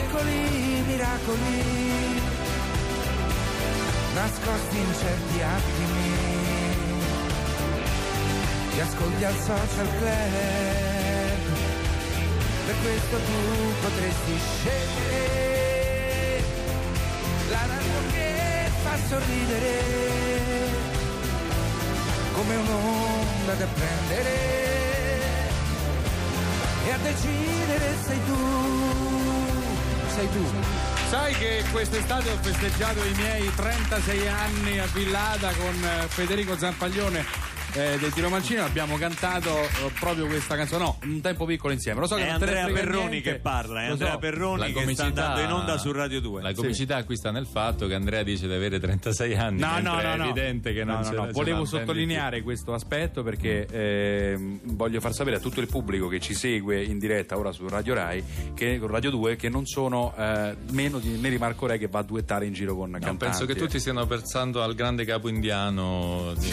piccoli miracoli nascosti in certi attimi, ti ascolti al social club, per questo tu potresti scegliere la radio che fa sorridere come un'onda da prendere, e a decidere sei tu. Sai che quest'estate ho festeggiato i miei 36 anni a Villada con Federico Zampaglione del Tiro Mancino, abbiamo cantato proprio questa canzone, no, Un tempo piccolo insieme. Lo so che è Andrea Perroni che parla, è Andrea Perroni che sta andando in onda su Radio 2. La comicità qui sta nel fatto che Andrea dice di avere 36 anni. No, è evidente che non no. Volevo sottolineare questo aspetto perché voglio far sapere a tutto il pubblico che ci segue in diretta ora su Radio Rai, che con Radio 2, che non sono meno di Neri Marco Re che va a duettare in giro con cantanti. Penso che tutti stiano pensando al grande capo indiano di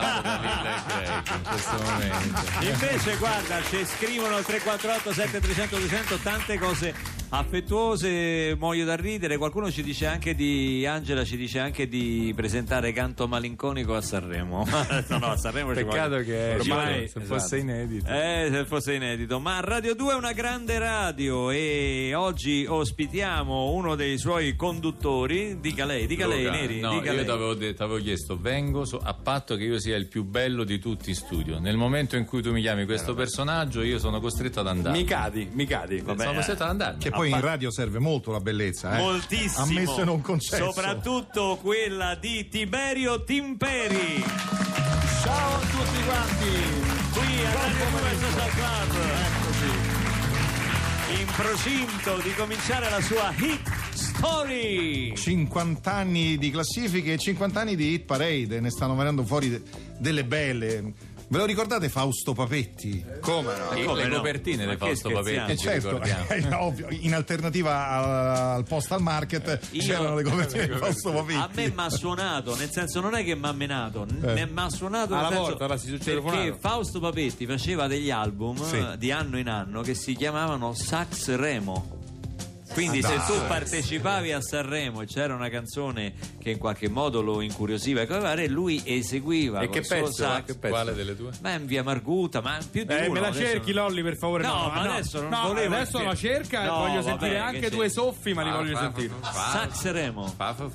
in questo momento. Invece guarda, ci scrivono al 348 7300 200 tante cose affettuose, muoio da ridere. Qualcuno ci dice anche di Angela, ci dice anche di presentare Canto Malinconico a Sanremo. No, a Sanremo peccato che ormai se fosse inedito. Se fosse inedito. Ma Radio 2 è una grande radio e oggi ospitiamo uno dei suoi conduttori. Dica lei Neri. No, dica io lei. ti avevo chiesto, vengo a patto che io sia il più bello di tutti in studio. Nel momento in cui tu mi chiami questo personaggio, io sono costretto ad andare. Mi cadi. Sono costretto ad andare. Che poi in radio serve molto la bellezza, moltissimo, ammesso e non concesso, soprattutto quella di Tiberio Timperi. Ciao a tutti quanti, qui a Radio 2 Social Club. Eccoci. In procinto di cominciare la sua hit story. 50 anni di classifiche e 50 anni di hit parade, ne stanno venendo fuori delle belle. Ve lo ricordate Fausto Papetti? Come no? Le copertine di Fausto Papetti, certo, ovvio, in alternativa al Postal Market c'erano le copertine di Fausto Papetti. A me m'ha suonato, nel senso non è che m'ha menato, m'ha suonato alla nel volta, senso, perché Fausto Papetti faceva degli album di anno in anno che si chiamavano Sax Remo. Quindi se tu partecipavi a Sanremo e c'era una canzone che in qualche modo lo incuriosiva, lui eseguiva. E che pezzo? Quale delle due? Ma in Via Marguta, ma più di uno. Me la cerchi Lolli per favore? No, ma adesso non volevo. Adesso la cerca e voglio sentire anche due soffi, ma li voglio sentire. Sax Remo.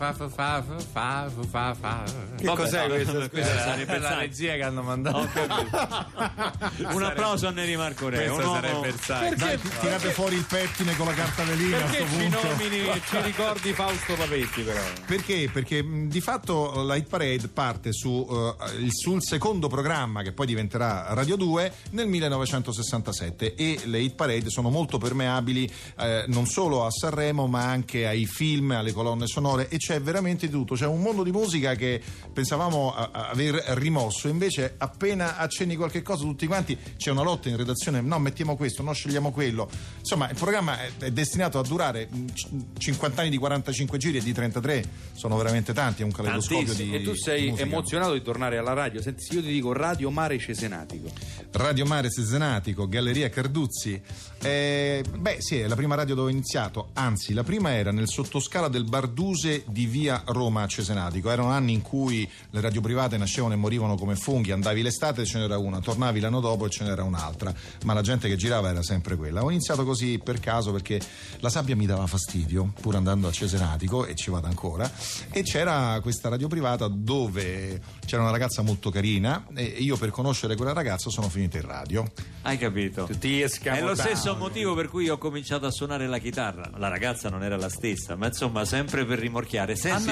Che cos'è questo? Sarebbe la regia che hanno mandato. Un applauso a Neri Marco Re. Questo sarebbe il Sax. Dai, tirate fuori il pettine con la carta velina. Perché ci nomini e ci ricordi Fausto Papetti però? Perché? Perché di fatto la Hit Parade parte sul secondo programma che poi diventerà Radio 2 nel 1967 e le Hit Parade sono molto permeabili non solo a Sanremo ma anche ai film, alle colonne sonore, e c'è veramente di tutto. C'è un mondo di musica che pensavamo aver rimosso, invece appena accenni qualche cosa tutti quanti c'è una lotta in redazione, no mettiamo questo, no scegliamo quello. Insomma il programma è destinato a durare 50 anni di 45 giri e di 33 sono veramente tanti, è un caleidoscopio di e tu sei musica. Emozionato di tornare alla radio. Senti, se io ti dico Radio Mare Cesenatico. Radio Mare Cesenatico, Galleria Carduzzi, sì, è la prima radio dove ho iniziato, anzi la prima era nel sottoscala del Barduse di via Roma Cesenatico. Erano anni in cui le radio private nascevano e morivano come funghi, andavi l'estate e ce n'era una, tornavi l'anno dopo e ce n'era un'altra, ma la gente che girava era sempre quella. Ho iniziato così per caso perché la sabbia mi dava fastidio, pur andando a Cesenatico, e ci vado ancora, e c'era questa radio privata dove c'era una ragazza molto carina e io per conoscere quella ragazza sono finito in radio. Hai capito? È lo stesso motivo per cui ho cominciato a suonare la chitarra. La ragazza non era la stessa, ma insomma sempre per rimorchiare. Senti,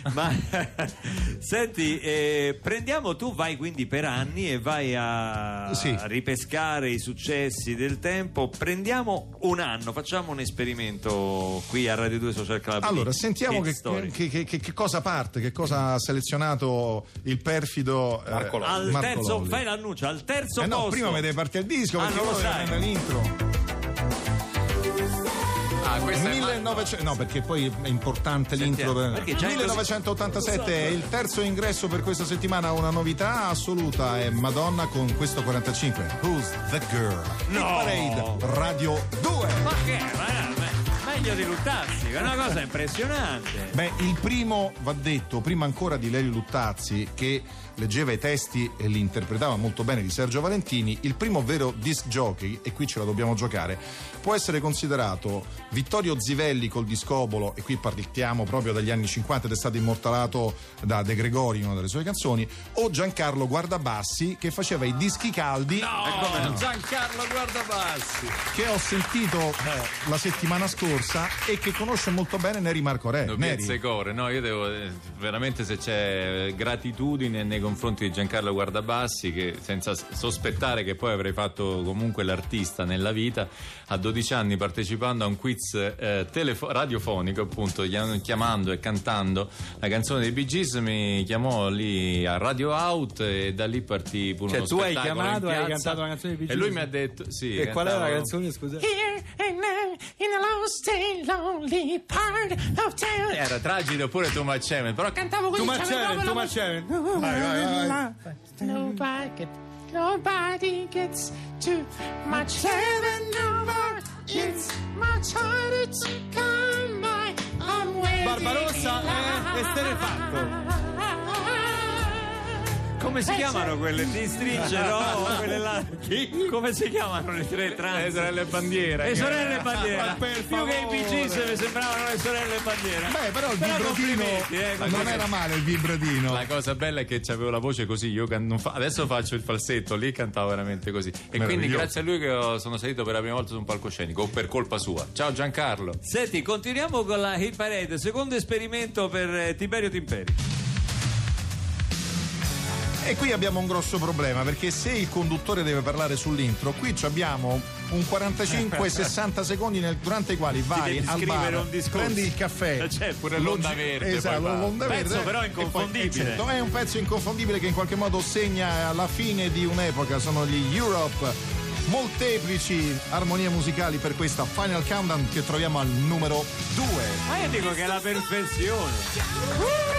senti, prendiamo, tu vai quindi per anni e vai a ripescare i successi del tempo. Prendiamo un anno, facciamo un esperimento qui a Radio 2 Social Club. Allora sentiamo che cosa parte, che cosa ha selezionato il perfido Marco Lolli. Al terzo, fai l'annuncio, al terzo posto. No, prima mi deve partire il disco perché non lo sai. L'intro. No, perché poi è importante l'intro. Perché già 1987 è il terzo ingresso per questa settimana. Una novità assoluta è Madonna con questo 45. Who's the Girl? No. Parade Radio 2. Ma che? Ma è meglio di Luttazzi, è una cosa impressionante. Beh, il primo, va detto, prima ancora di Lelio Luttazzi, che leggeva i testi e li interpretava molto bene, di Sergio Valentini, il primo vero disc jockey, e qui ce la dobbiamo giocare, può essere considerato Vittorio Zivelli col discobolo, e qui partiamo proprio dagli anni 50 ed è stato immortalato da De Gregori in una delle sue canzoni, o Giancarlo Guardabassi che faceva i dischi caldi. No, Giancarlo Guardabassi, che ho sentito la settimana scorsa e che conosce molto bene Neri Marco Re. Neri. Core. No, io devo veramente, se c'è gratitudine nei confronti di Giancarlo Guardabassi, che senza sospettare che poi avrei fatto comunque l'artista nella vita, a 12 anni partecipando a un quiz radiofonico, appunto chiamando e cantando la canzone dei Bee Gees, mi chiamò lì a Radio Out e da lì partì pure uno tu hai spettacolo chiamato in e hai piazza. cantato la canzone dei Bee E Gees? lui mi ha detto sì. E qual era la canzone, scusa? Here and now in the lost and lonely part of town. Era tragico pure Too Much Heaven, però cantavo così. Tu Marcello. Nobody gets too much heaven no more. It's much harder to come by. I'm waiting. Barbarossa e Esterrefatto. Come si chiamano quelle di Stringe, no? Quelle là. Come si chiamano le tre trans? Le sorelle bandiera. Le sorelle bandiera. Ma per Più che i favore. Bee Gees mi sembravano le sorelle bandiera. Beh, però il vibratino non era male, il vibratino. La cosa bella è che avevo la voce così, io adesso faccio il falsetto, lì cantavo veramente così. E quindi grazie a lui che sono salito per la prima volta su un palcoscenico, o per colpa sua. Ciao Giancarlo. Senti, continuiamo con la Hit Parade, secondo esperimento per Tiberio Timperi. E qui abbiamo un grosso problema, perché se il conduttore deve parlare sull'intro, qui abbiamo un 45-60 secondi durante i quali vai devi al scrivere bar, un discorso. prendi il caffè, C'è pure l'onda verde, esatto, poi va. l'onda verde, Pezzo però e poi- inconfondibile. certo, è un pezzo inconfondibile che in qualche modo segna la fine di un'epoca. Sono gli Europe, molteplici armonie musicali per questa Final Countdown che troviamo al numero 2. Ma io dico che è la perfezione.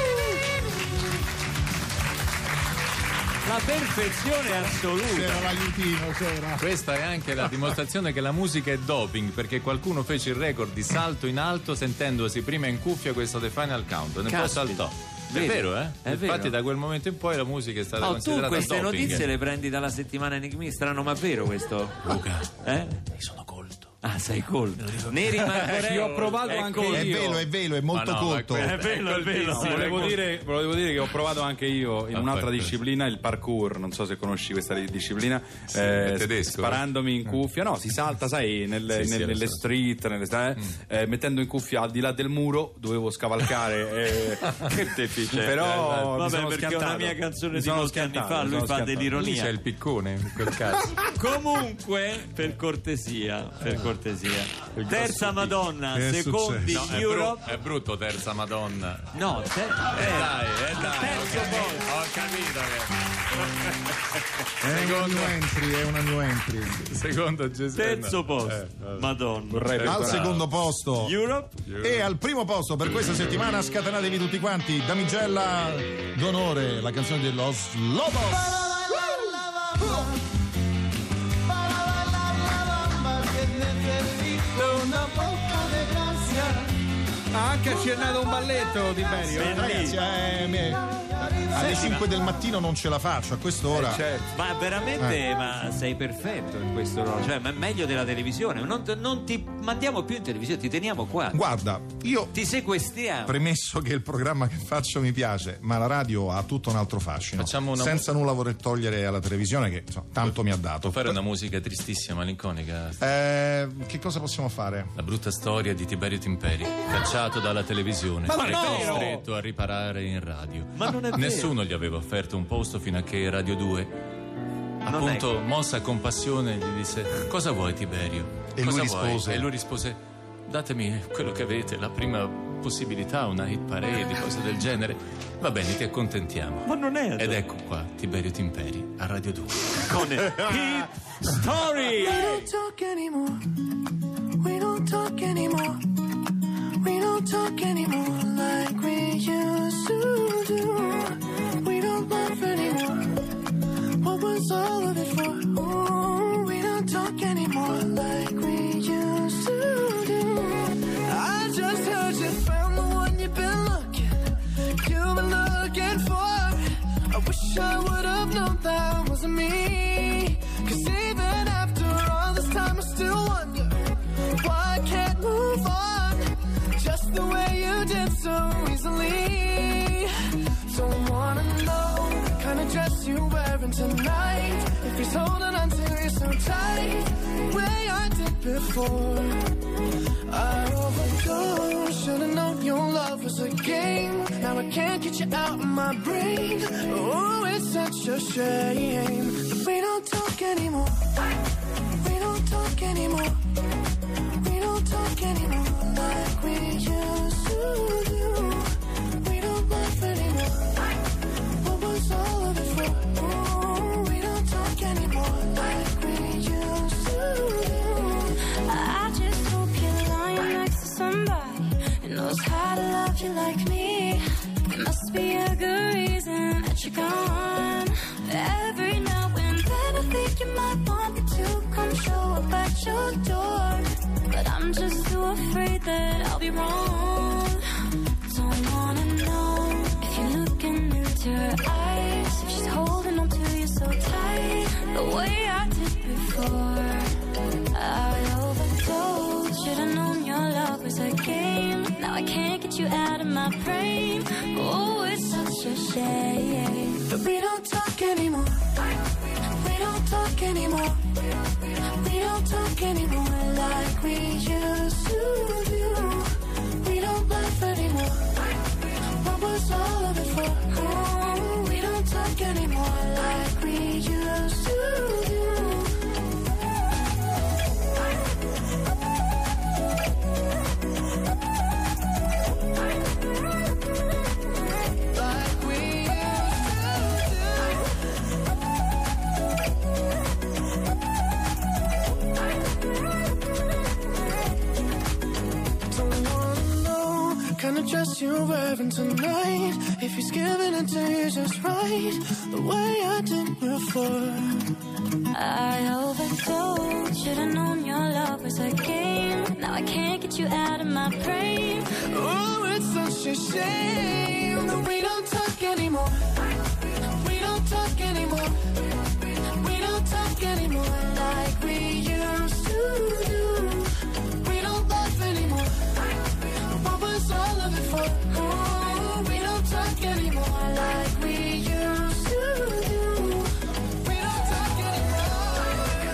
La perfezione assoluta. C'era l'aiutino, c'era. Questa è anche la dimostrazione che la musica è doping, perché qualcuno fece il record di salto in alto sentendosi prima in cuffia questo The Final Countdown e poi Caspita. saltò. Vedi? È vero, eh? È Infatti vero. da quel momento in poi la musica è stata Tu considerata queste doping. notizie le prendi dalla settimana Enigmi? Strano ma vero questo? Luca, Sono colto. Ah, sei colto. Neri Marco Io ho provato anche colto. io. È velo, è molto Ma no, ma colto. quello- È bello, è bello. No, volevo dire che ho provato anche io in un'altra per disciplina, il parkour. Non so se conosci questa disciplina. è tedesco, sparandomi in cuffia, no, si salta, sai, Sì, nelle lo so. street, mettendo in cuffia al di là del muro, dovevo scavalcare. Che deficiente. Però mi Vabbè, sono perché è una schiantato. mia canzone Mi di sono molti anni schiantato, fa, mi lui sono fa schiantato. lì c'è dell'ironia. il piccone in quel caso. Comunque, per cortesia. Terza Madonna, Che è secondi successo? Europe. È brutto terza Madonna. No, Dai. terzo posto. Ho capito È una new entry, è una new entry. che secondo Gesù. Terzo posto. Madonna. Al bravo. secondo posto Europe. e al primo posto per questa settimana, scatenatevi tutti quanti, Damigella d'onore, la canzone di Los Lobos. Ha anche accennato un balletto, Tiberio. Ragazzi, alle 5 del mattino non ce la faccio, a quest'ora. Certo. Ma veramente, ma sei perfetto in questo ruolo, cioè ma è meglio della televisione, non ti mandiamo più in televisione, ti teniamo qua, Guarda, io ti sequestriamo. premesso che il programma che faccio mi piace, ma la radio ha tutto un altro fascino. Facciamo una senza nulla voler togliere alla televisione che insomma, tanto mi ha dato. Può fare una musica tristissima, malinconica. Che cosa possiamo fare? La brutta storia di Tiberio Timperi, cacciato dalla televisione Ma e no! costretto a riparare in radio. Ma non è vero. Nessuno gli aveva offerto un posto fino a che Radio 2, appunto, mossa a compassione, gli disse: cosa vuoi, Tiberio? E Cosa lui vuoi?" rispose: E lui rispose: datemi quello che avete, la prima possibilità, una hit parade, cose del genere. Va bene, ti accontentiamo. Ma non è Ed ecco qua Tiberio Timperi a Radio 2. con Hit Story. We don't talk anymore. We don't talk anymore. We don't talk anymore like we used to do. We don't laugh anymore. What was all of it for? Ooh, we don't talk anymore like we used to do. tonight. If he's holding on to you so tight, the way I did before. I overdosed, should've known your love was a game. Now I can't get you out of my brain. Oh, it's such a shame that we don't talk anymore. We don't talk anymore. We don't talk anymore like we used to do. We don't laugh anymore. What was all of it for? Oh, we don't talk anymore like we used to do. I just hope you're lying next to somebody who knows how to love you like me. There must be a good reason that you're gone. Every now and then I think you might want me to come show up at your door, but I'm just too afraid that I'll be wrong. Don't wanna know if you're looking into her eyes, if she's holding on to you so tight, the way I did before. I overdosed, should've known your love was a game. Now I can't get you out of my brain. Oh, it's such a shame But we don't talk anymore. We don't talk anymore. We don't talk anymore like we used to do. We don't laugh anymore. What was all of it for? Oh, we don't talk anymore like we used to do. Like we used to do. Don't wanna know kind of dress you're wearing tonight. If he's giving it to you just right, the way I did before. I overdosed, should've known your love was a game. Now I can't get you out of my brain. Oh, it's such a shame that we don't talk anymore. We don't talk anymore. We don't talk anymore like we used to do. We don't laugh anymore. What was all of it for? Oh, we don't talk anymore like we used to do. We don't talk anymore.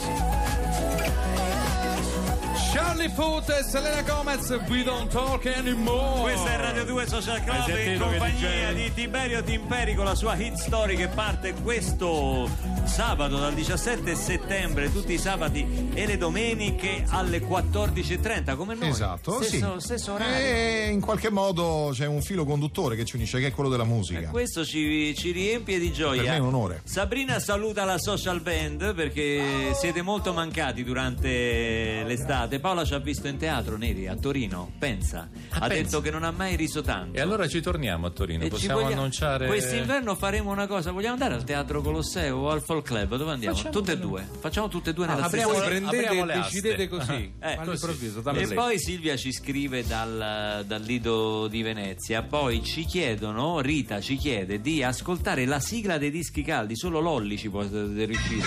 Charlie Puth e Selena Gomez, We Don't Talk Anymore. Questa è Radio 2 Social Club Hai in sentito che compagnia dice? di Tiberio Timperi con la sua hit story che parte questo sabato dal 17 settembre, tutti i sabati e le domeniche alle 14:30 come noi. Esatto, stesso orario. E in qualche modo c'è un filo conduttore che ci unisce, che è quello della musica. Questo ci riempie di gioia. Per me è un onore. Sabrina saluta la social band perché siete molto mancati durante l'estate. Paola ci ha visto in teatro, Neri, a Torino, pensa. Ha detto che non ha mai riso tanto. E allora ci torniamo a Torino, E possiamo annunciare. Quest'inverno faremo una cosa. Vogliamo andare al Teatro Colosseo o al Folk Club? Dove andiamo? Tutte e due. Facciamo tutte e due nella Apriamo, stessa. prendete apriamo e le aste. decidete così. All'improvviso, dalle E lei. poi Silvia ci scrive dal Lido di Venezia. Poi ci chiedono, Rita ci chiede di ascoltare la sigla dei Dischi Caldi. Solo Lolli ci può riuscire.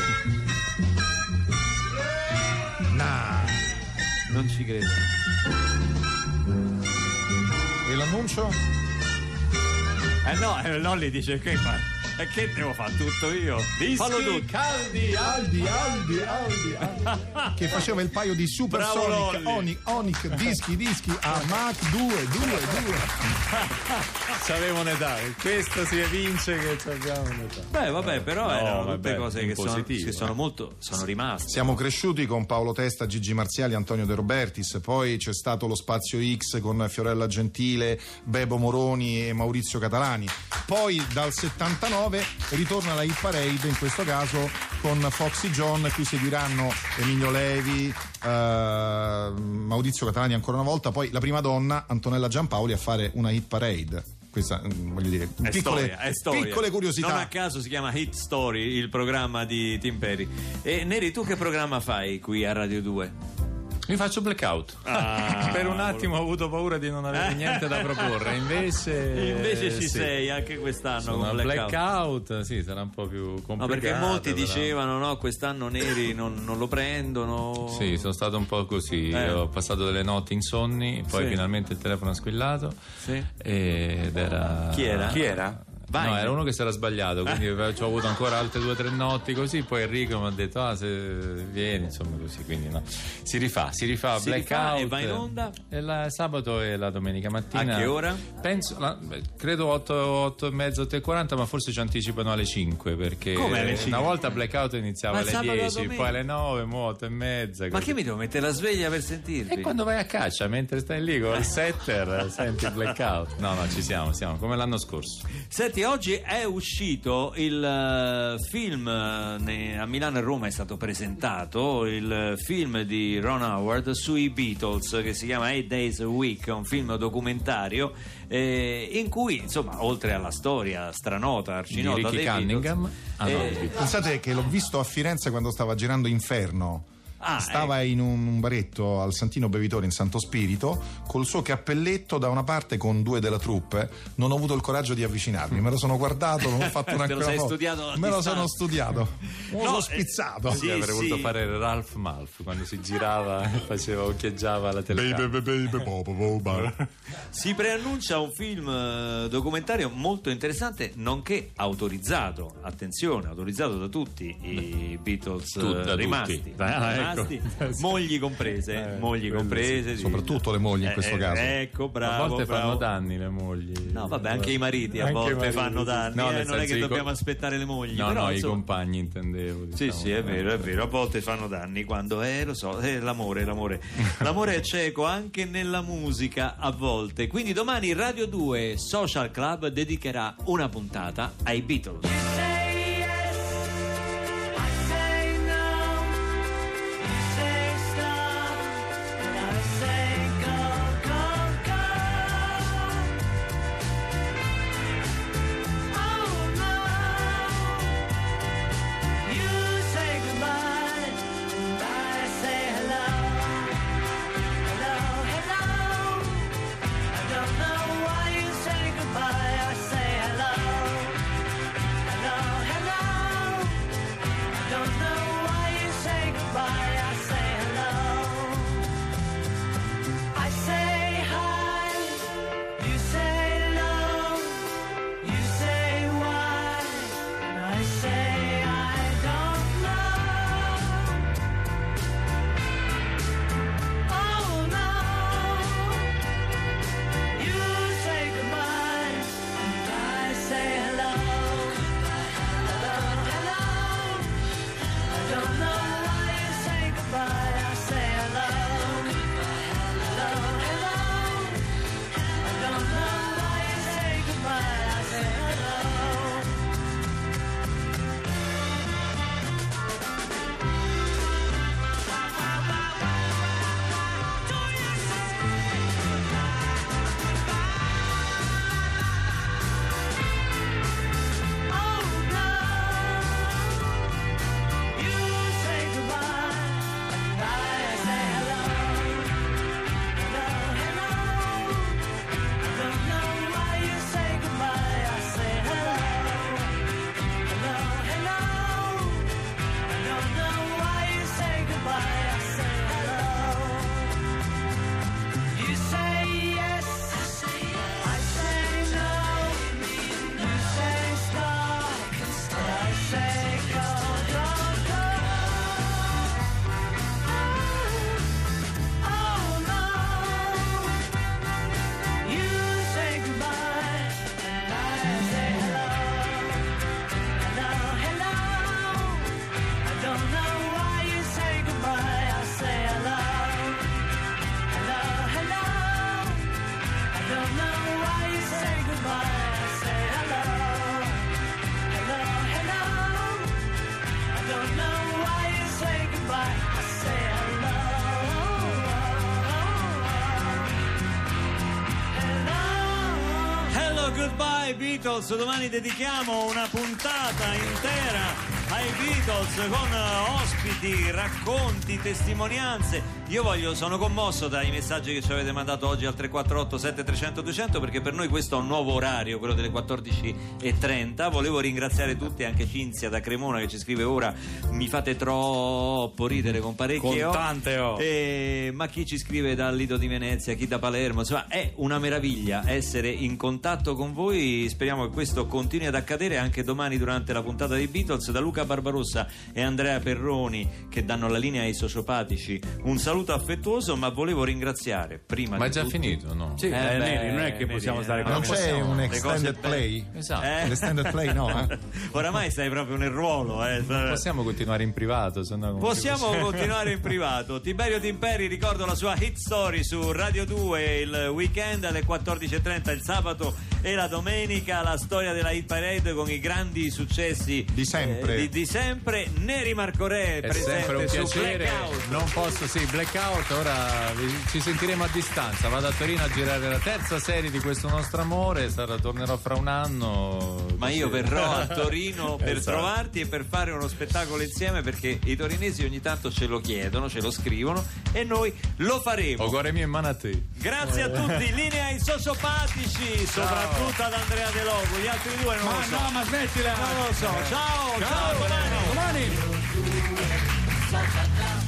Non ci credo. E l'annuncio? No, Lolli dice che che devo fare tutto io? Fallo tu. Caldi, Aldi. Che faceva il paio di Supersonic, Bravo, Onic, dischi a Mach 2. C'avevo un'età, questo si evince che abbiamo un'età. Beh, vabbè, però No, erano tutte vabbè, cose in che positivo, sono rimaste. Siamo cresciuti con Paolo Testa, Gigi Marziali, Antonio De Robertis, poi c'è stato lo Spazio X con Fiorella Gentile, Bebo Moroni e Maurizio Catalani. Poi dal 79 ritorna la Hit Parade, in questo caso con Foxy John, qui seguiranno Emilio Levi, Maurizio Catalani ancora una volta, poi la prima donna Antonella Giampaoli a fare una Hit Parade. Questa, voglio dire, È storia. piccole curiosità. Non a caso si chiama Hit Story, il programma di Timperi. E Neri, tu che programma fai qui a Radio 2? Mi faccio blackout. Per un attimo ho avuto paura di non avere niente da proporre, invece ci sì. sei anche quest'anno Sono con a blackout. sì, sarà un po' più complicato. No, perché molti però. dicevano no, quest'anno Neri non lo prendono. Sì, sono stato un po' così. Ho passato delle notti insonni, poi Sì. finalmente il telefono ha squillato. Sì. Ed era. Chi era? Vai. No, era uno che si era sbagliato, quindi ci ho avuto ancora altre 2 o 3 notti così, poi Enrico mi ha detto se vieni, insomma così, quindi no. Si rifà Blackout e va in onda? Sabato e la domenica mattina. A che ora? Penso, credo 8 e mezza, 8:40, ma forse ci anticipano alle 5 perché come alle 5? Una volta Blackout iniziava Ma alle 10, poi alle 9, mo 8 e mezza. Ma che mi devo mettere la sveglia per sentirvi? E quando vai a caccia, mentre stai lì con il setter, senti Blackout. No, ci siamo, come l'anno scorso. Senti, oggi è uscito il film, a Milano e Roma è stato presentato il film di Ron Howard sui Beatles che si chiama 8 Days a Week, un film documentario in cui, insomma, oltre alla storia stranota, arcinota di Ricky dei Cunningham, Pensate che l'ho visto a Firenze quando stava girando Inferno. Stava in un baretto al Santino Bevitore in Santo Spirito col suo cappelletto da una parte con 2 della troupe. Non ho avuto il coraggio di avvicinarmi, me lo sono guardato, non ho fatto una cosa. Me lo sono studiato, l'ho spizzato. Sì, avrei voluto fare Ralph Malf quando si girava e faceva, occhieggiava la telecamera. Si preannuncia un film documentario molto interessante, nonché autorizzato, attenzione, autorizzato da tutti i Beatles rimasti. Mogli comprese, sì. Soprattutto le mogli in questo caso. Ecco, bravo. A volte fanno danni le mogli. No, vabbè, anche i mariti a volte fanno danni. No, non è che dobbiamo aspettare le mogli. No, però, i compagni intendevo. Diciamo. Sì, è vero. A volte fanno danni quando lo so, l'amore. L'amore è cieco anche nella musica a volte. Quindi domani Radio 2 Social Club dedicherà una puntata ai Beatles. Goodbye Beatles, domani dedichiamo una puntata intera ai Beatles con ospiti, racconti, testimonianze. Io sono commosso dai messaggi che ci avete mandato oggi al 348 7300 200, perché per noi questo è un nuovo orario, quello delle 14:30. Volevo ringraziare tutti, anche Cinzia da Cremona che ci scrive: ora mi fate troppo ridere con parecchie Con tante ma chi ci scrive dal Lido di Venezia, chi da Palermo, insomma è una meraviglia essere in contatto con voi. Speriamo che questo continui ad accadere anche domani durante la puntata dei Beatles. Da Luca Barbarossa e Andrea Perroni, che danno la linea ai sociopatici, un saluto affettuoso, ma volevo ringraziare prima Ma è di già tutto... finito, no? Sì, Neri, non è che Neri, possiamo stare Non qua. c'è un le extended cose play? Esatto. L'extended play no, Oramai stai proprio nel ruolo, Possiamo continuare in privato, se no Possiamo continuare in privato. Tiberio Timperi, ricordo la sua hit story su Radio 2 il weekend alle 14:30 il sabato e la domenica, la storia della hit parade con i grandi successi Di sempre. di sempre. Neri Marco Re è sempre un presente su piacere. Blackout. Non posso, sì, Blackout. Ora ci sentiremo a distanza. Vado a Torino a girare la terza serie di questo nostro amore. Tornerò fra un anno. Ma io verrò a Torino per Esatto. trovarti e per fare uno spettacolo insieme, perché i torinesi ogni tanto ce lo chiedono, ce lo scrivono e noi lo faremo. Ho cuore mio in mano a te. Grazie a tutti, linea ai sociopatici, soprattutto ad Andrea De Logo, gli altri due non lo so. No, ma smettila! Non lo so. Ciao, ciao, domani. Domani!